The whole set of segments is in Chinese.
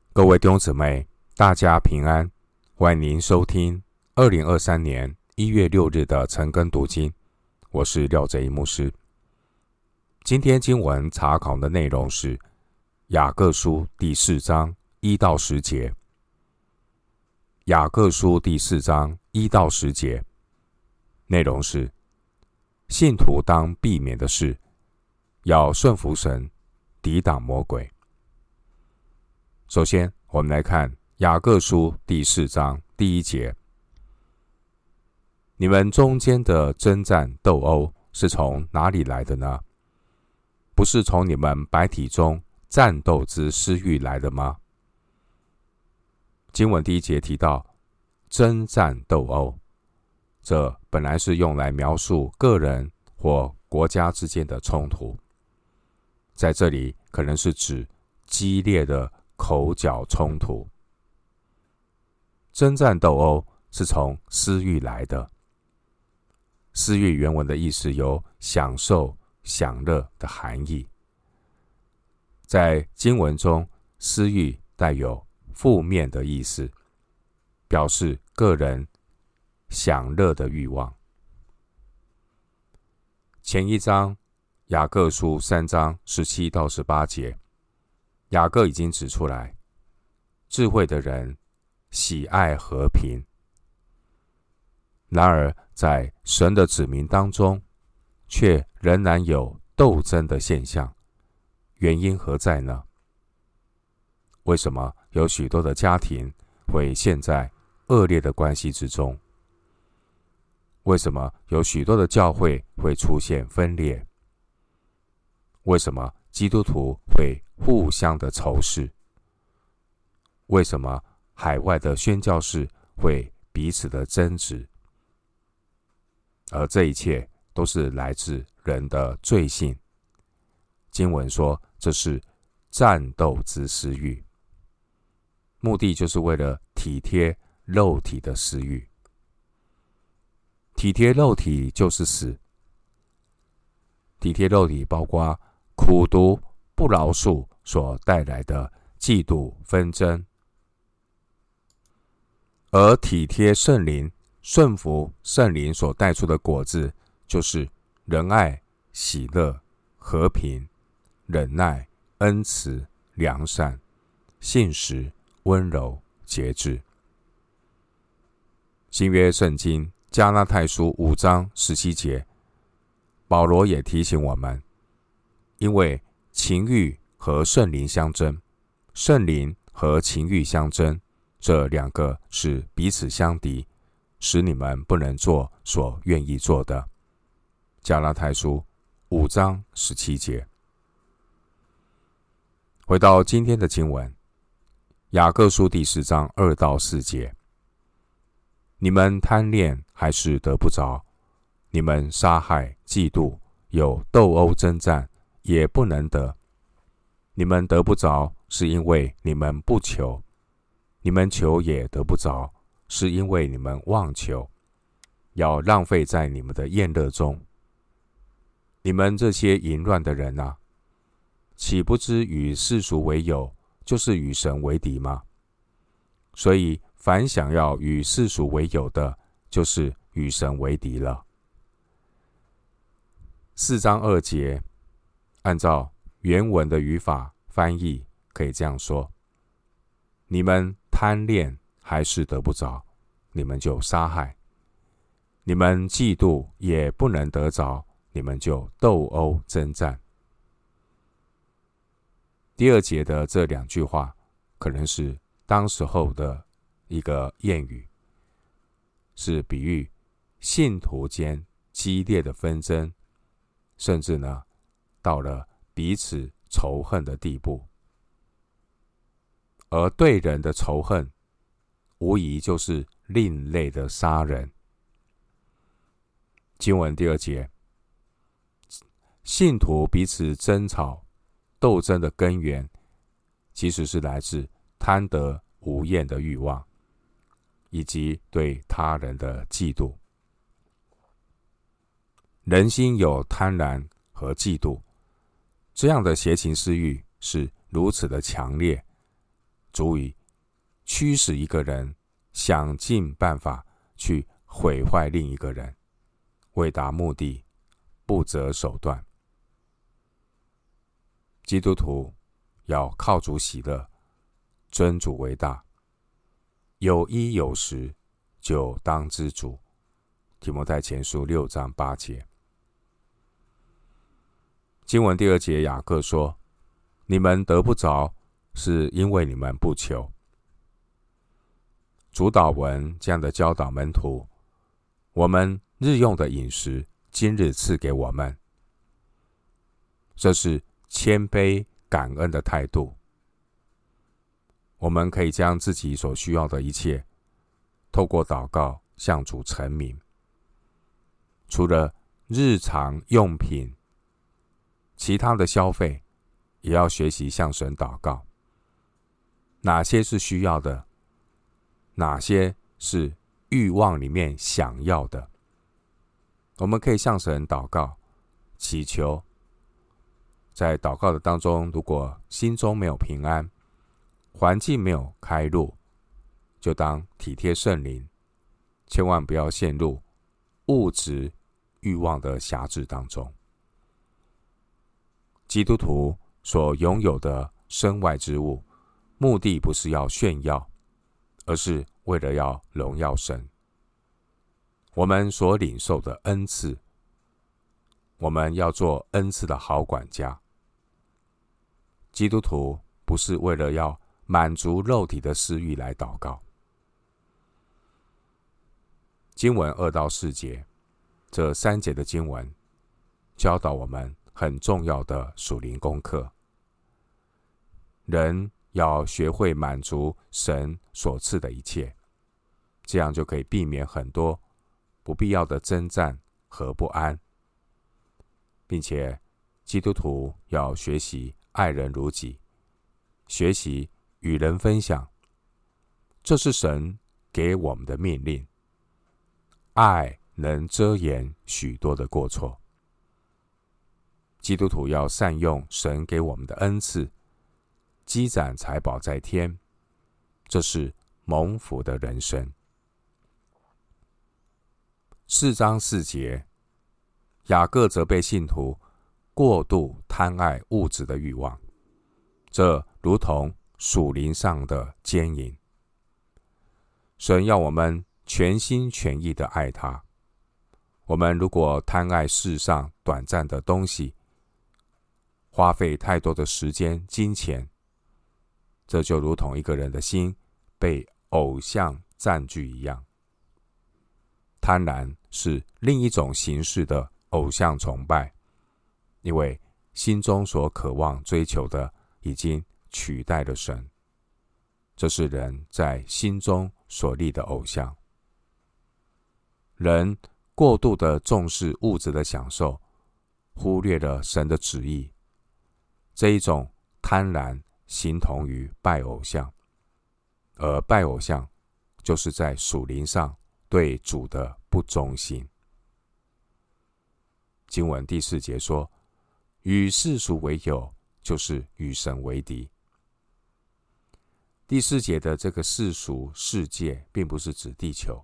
各位弟兄姊妹，大家平安，欢迎您收听2023年1月6日的晨更读经。我是廖哲一牧师。今天经文查考的内容是雅各书第4章1到10节。雅各书第4章1到10节，内容是信徒当避免的事，要顺服神，抵挡魔鬼。首先，我们来看雅各书第4章第1节。你们中间的征战斗殴是从哪里来的呢？不是从你们百体中战斗之私欲来的吗？经文第1节提到征战斗殴，这本来是用来描述个人或国家之间的冲突，在这里可能是指激烈的口角冲突。征战斗殴是从私欲来的。私欲原文的意思有享受、享乐的含义。在经文中，私欲带有负面的意思，表示个人享乐的欲望。前一章雅各书3章17到18节，雅各已经指出来，智慧的人喜爱和平。然而在神的子民当中，却仍然有斗争的现象，原因何在呢？为什么有许多的家庭会陷在恶劣的关系之中？为什么有许多的教会会出现分裂？为什么基督徒会互相的仇视？为什么海外的宣教士会彼此的争执？而这一切都是来自人的罪性。经文说，这是战斗之私欲，目的就是为了体贴肉体的私欲。体贴肉体就是死。体贴肉体包括苦毒、不饶恕所带来的嫉妒、纷争，而体贴圣灵、顺服圣灵所带出的果子，就是仁爱、喜乐、和平、忍耐、恩慈、良善、信实、温柔、节制。新约圣经加拉太书5章17节，保罗也提醒我们，因为情欲和圣灵相争，圣灵和情欲相争，这两个是彼此相敌，使你们不能做所愿意做的。加拉太书5章17节。回到今天的经文，雅各书第4章2到4节。你们贪恋还是得不着，你们杀害、嫉妒，有斗殴征战，也不能得。你们得不着，是因为你们不求；你们求也得不着，是因为你们妄求，要浪费在你们的宴乐中。你们这些淫乱的人啊，岂不知与世俗为友，就是与神为敌吗？所以凡想要与世俗为友的，就是与神为敌了。4章2节，按照原文的语法翻译，可以这样说：你们贪恋还是得不着，你们就杀害；你们嫉妒也不能得着，你们就斗殴征战。第2节的这2句话，可能是当时候的一个谚语，是比喻信徒间激烈的纷争，甚至呢，到了彼此仇恨的地步。而对人的仇恨，无疑就是另类的杀人。经文第2节，信徒彼此争吵、斗争的根源，其实是来自贪得无厌的欲望，以及对他人的嫉妒。人心有贪婪和嫉妒，这样的邪情私欲是如此的强烈， 足以驱使一个人想尽办法去毁坏另一个人，为达目的不择手段。基督徒要靠主喜乐，尊主为大，有衣有食就当知足。提摩太前书6章8节。经文第2节，雅各说：你们得不着，是因为你们不求。主祷文这样的教导门徒，我们日用的饮食，今日赐给我们。这是谦卑感恩的态度。我们可以将自己所需要的一切，透过祷告向主陈明。除了日常用品，其他的消费也要学习向神祷告。哪些是需要的，哪些是欲望里面想要的，我们可以向神祷告，祈求。在祷告的当中，如果心中没有平安，环境没有开路，就当体贴圣灵，千万不要陷入物质欲望的辖制当中。基督徒所拥有的身外之物，目的不是要炫耀，而是为了要荣耀神。我们所领受的恩赐，我们要做恩赐的好管家。基督徒不是为了要满足肉体的私欲来祷告。经文2到4节，这3节的经文教导我们很重要的属灵功课。人要学会满足神所赐的一切，这样就可以避免很多不必要的征战和不安，并且基督徒要学习爱人如己，学习与人分享，这是神给我们的命令。爱能遮掩许多的过错。基督徒要善用神给我们的恩赐，积攒财宝在天，这是蒙福的人生。4章4节，雅各责备信徒过度贪爱物质的欲望，这如同属灵上的奸淫。神要我们全心全意的爱他。我们如果贪爱世上短暂的东西，花费太多的时间、金钱，这就如同一个人的心被偶像占据一样。贪婪是另一种形式的偶像崇拜，因为心中所渴望追求的已经取代了神，这是人在心中所立的偶像。人过度的重视物质的享受，忽略了神的旨意，这一种贪婪形同于拜偶像，而拜偶像就是在属灵上对主的不忠心。经文第4节说，与世俗为友，就是与神为敌。第4节的这个世俗世界，并不是指地球。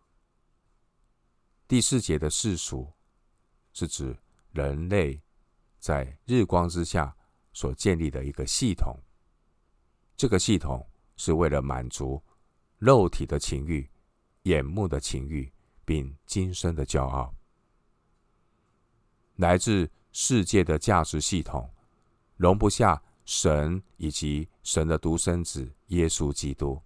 第4节的世俗是指人类在日光之下所建立的一个系统，这个系统是为了满足肉体的情欲、眼目的情欲，并今生的骄傲。来自世界的价值系统容不下神以及神的独生子耶稣基督。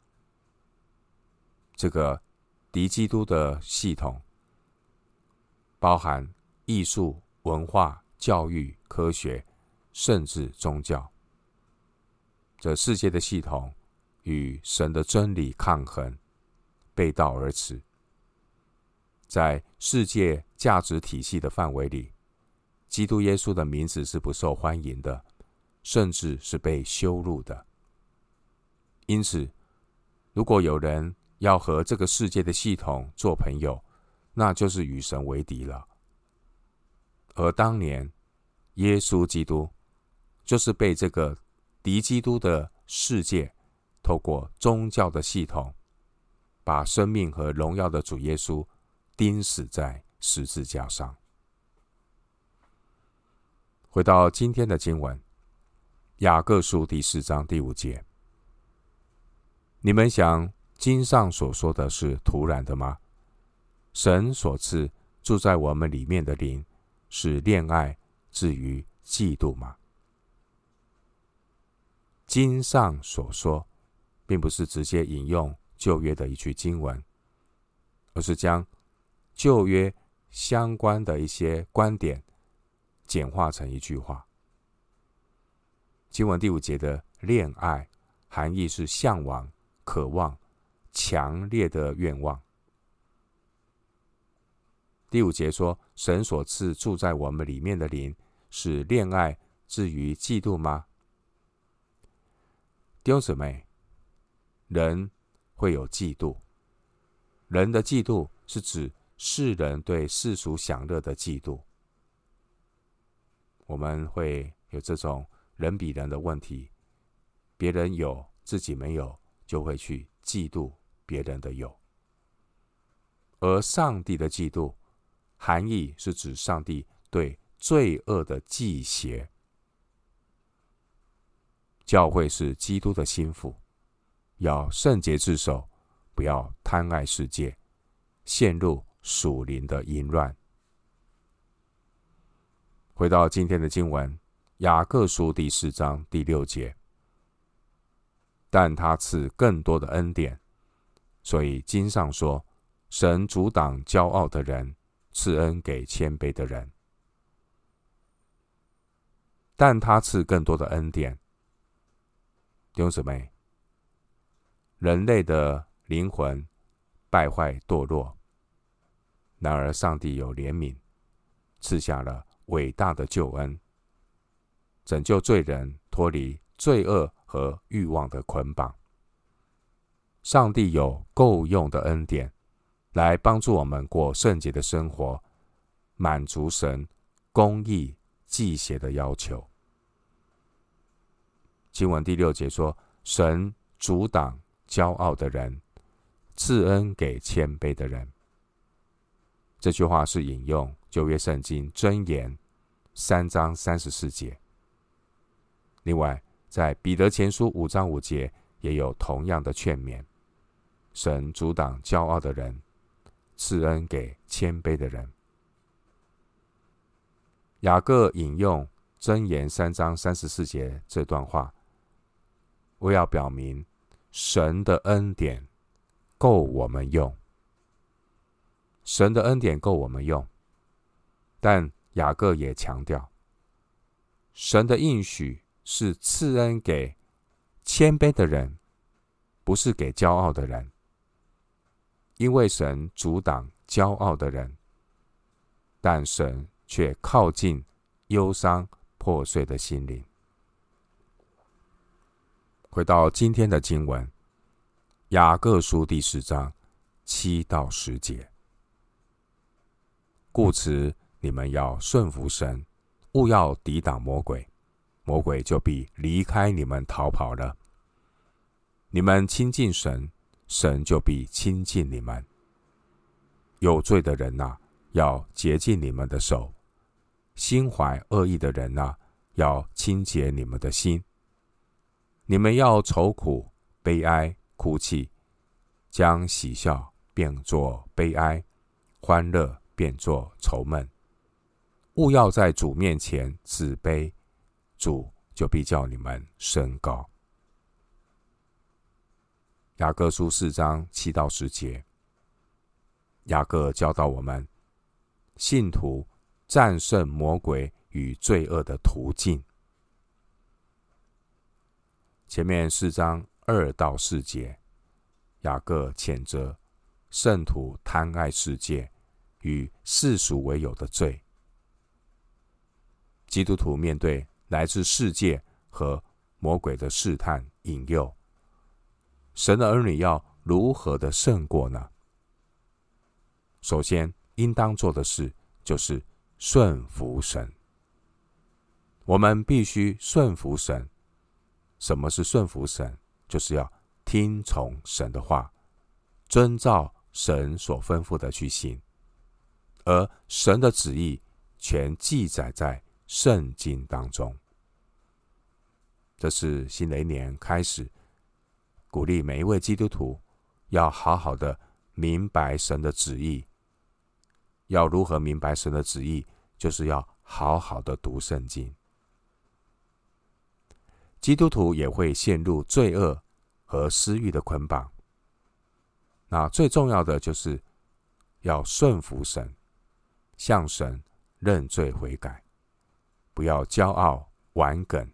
这个敌基督的系统包含艺术、文化、教育、科学，甚至宗教。这世界的系统与神的真理抗衡，背道而驰。在世界价值体系的范围里，基督耶稣的名字是不受欢迎的，甚至是被羞辱的。因此，如果有人要和这个世界的系统做朋友，那就是与神为敌了。而当年耶稣基督就是被这个敌基督的世界透过宗教的系统，把生命和荣耀的主耶稣钉死在十字架上。回到今天的经文，雅各书第4章第5节，你们想经上所说的是突然的吗？神所赐住在我们里面的灵，是恋爱至于嫉妒吗？经上所说，并不是直接引用旧约的一句经文，而是将旧约相关的一些观点简化成一句话。经文第5节的恋爱含义是向往、渴望、强烈的愿望。第5节说，神所赐住在我们里面的灵，使恋爱至于嫉妒吗？弟兄姊妹，人会有嫉妒，人的嫉妒是指世人对世俗享乐的嫉妒。我们会有这种人比人的问题，别人有自己没有，就会去嫉妒别人的有。而上帝的嫉妒含义是指上帝对罪恶的忌邪。教会是基督的心腹，要圣洁自守，不要贪爱世界，陷入属灵的淫乱。回到今天的经文，雅各书第4章第6节，但他赐更多的恩典，所以经上说，神阻挡骄傲的人，赐恩给谦卑的人。但他赐更多的恩典。弟兄姊妹，人类的灵魂败坏堕落，然而上帝有怜悯，赐下了伟大的救恩，拯救罪人脱离罪恶和欲望的捆绑。上帝有够用的恩典，来帮助我们过圣洁的生活，满足神公义忌邪的要求。经文第6节说，神阻挡骄傲的人，赐恩给谦卑的人。这句话是引用旧约圣经箴言3章34节。另外，在彼得前书5章5节也有同样的劝勉，神阻挡骄傲的人，赐恩给谦卑的人。雅各引用箴言3章34节这段话，为要表明神的恩典够我们用，神的恩典够我们用。但雅各也强调，神的应许是赐恩给谦卑的人，不是给骄傲的人，因为神阻挡骄傲的人，但神却靠近忧伤破碎的心灵。回到今天的经文，雅各书第4章7到10节，故此你们要顺服神，勿要抵挡魔鬼，魔鬼就必离开你们逃跑了。你们亲近神，神就必亲近你们。有罪的人啊，要洁净你们的手；心怀恶意的人啊，要清洁你们的心。你们要愁苦、悲哀、哭泣，将喜笑变作悲哀，欢乐变作愁闷。勿要在主面前自卑，主就必叫你们升高。雅各书4章7到10节，雅各教导我们，信徒战胜魔鬼与罪恶的途径。前面4章2到4节，雅各谴责圣徒贪爱世界与世俗为友的罪。基督徒面对来自世界和魔鬼的试探引诱，神的儿女要如何的胜过呢？首先应当做的事就是顺服神。我们必须顺服神。什么是顺服神？就是要听从神的话，遵照神所吩咐的去行，而神的旨意全记载在圣经当中。这是新的一年开始，鼓励每一位基督徒要好好的明白神的旨意。要如何明白神的旨意？就是要好好的读圣经。基督徒也会陷入罪恶和私欲的捆绑。那最重要的就是要顺服神，向神认罪悔改，不要骄傲顽梗。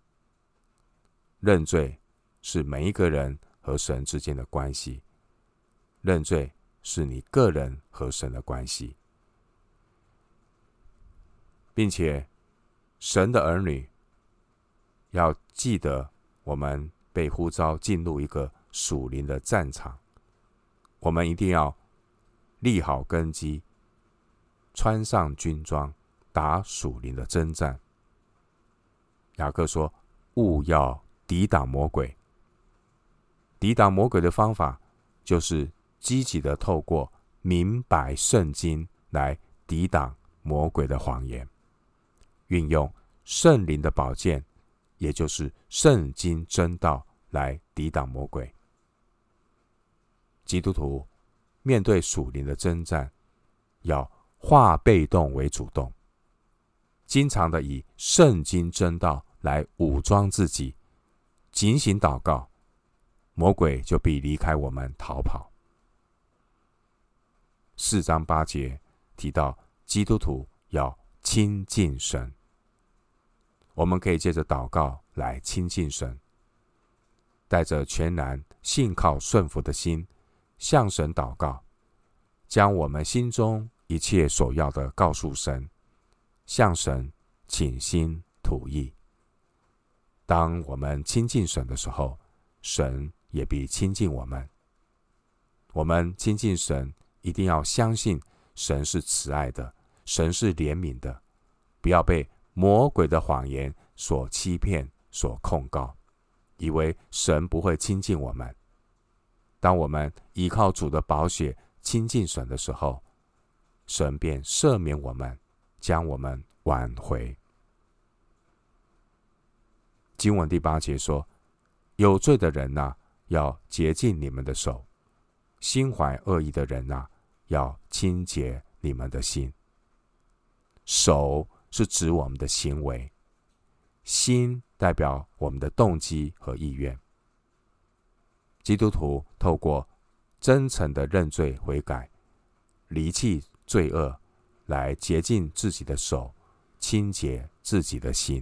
认罪是每一个人和神之间的关系，认罪是你个人和神的关系，并且神的儿女要记得，我们被呼召进入一个属灵的战场，我们一定要立好根基，穿上军装，打属灵的征战。雅各说，务要抵挡魔鬼。抵挡魔鬼的方法，就是积极的透过明白圣经来抵挡魔鬼的谎言，运用圣灵的宝剑，也就是圣经真道来抵挡魔鬼。基督徒面对属灵的征战，要化被动为主动，经常的以圣经真道来武装自己，警醒祷告，魔鬼就必离开我们逃跑。4章8节提到基督徒要亲近神，我们可以借着祷告来亲近神，带着全然信靠顺服的心向神祷告，将我们心中一切所要的告诉神，向神倾心吐意。当我们亲近神的时候，神也必亲近我们。我们亲近神，一定要相信神是慈爱的，神是怜悯的，不要被魔鬼的谎言所欺骗、所控告，以为神不会亲近我们。当我们依靠主的宝血亲近神的时候，神便赦免我们，将我们挽回。经文第8节说，有罪的人啊，要洁净你们的手；心怀恶意的人啊，要清洁你们的心。手是指我们的行为，心代表我们的动机和意愿。基督徒透过真诚的认罪悔改，离弃罪恶，来洁净自己的手，清洁自己的心。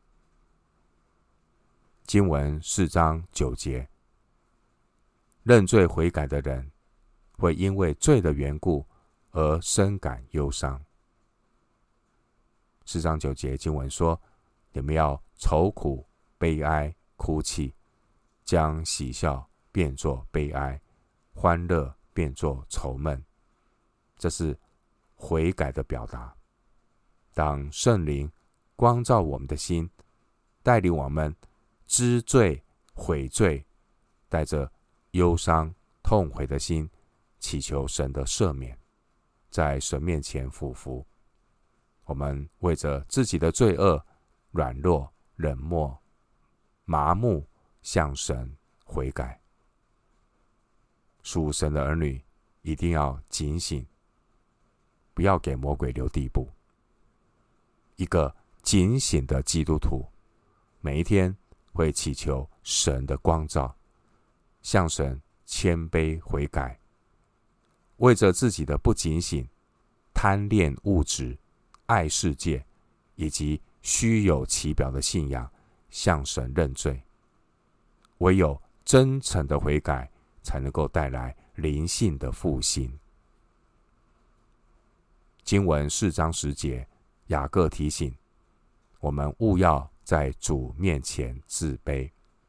经文4章9节，认罪悔改的人会因为罪的缘故而深感忧伤。4章9节经文说，你们要愁苦、悲哀、哭泣，将喜笑变作悲哀，欢乐变作愁闷。这是悔改的表达。当圣灵光照我们的心，带领我们知罪悔罪，带着忧伤痛悔的心，祈求神的赦免，在神面前俯伏。我们为着自己的罪恶、软弱、冷漠、麻木，向神悔改。属神的儿女一定要警醒，不要给魔鬼留地步。一个警醒的基督徒，每一天会祈求神的光照，向神谦卑悔改，为着自己的不警醒、贪恋物质、爱世界以及虚有其表的信仰，向神认罪。唯有真诚的悔改，才能够带来灵性的复兴。经文4章10节，雅各提醒我们务要在主面前自卑。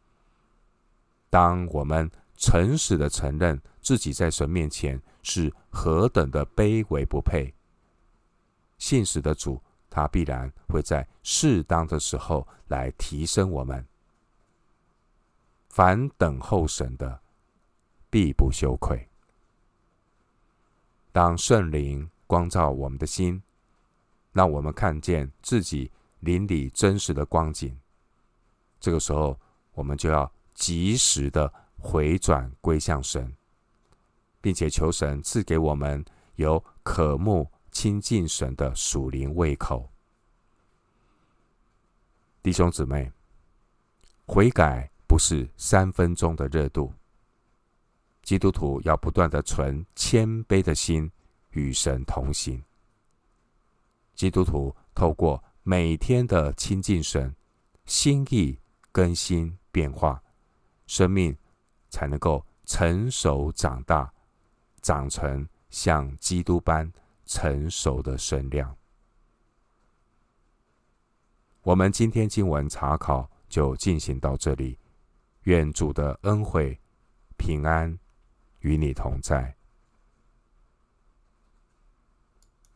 当我们诚实的承认自己在神面前是何等的卑微不配，信实的主他必然会在适当的时候来提升我们。 凡等候神的，必不羞愧。当圣灵光照我们的心，让我们看见自己灵里真实的光景，这个时候我们就要及时的回转归向神，并且求神赐给我们有渴慕亲近神的属灵胃口。弟兄姊妹，悔改不是3分钟的热度，基督徒要不断的存谦卑的心与神同行。基督徒透过每天的亲近神，心意更新变化，生命才能够成熟长大，长成像基督般成熟的身量。我们今天经文查考就进行到这里，愿主的恩惠平安与你同在。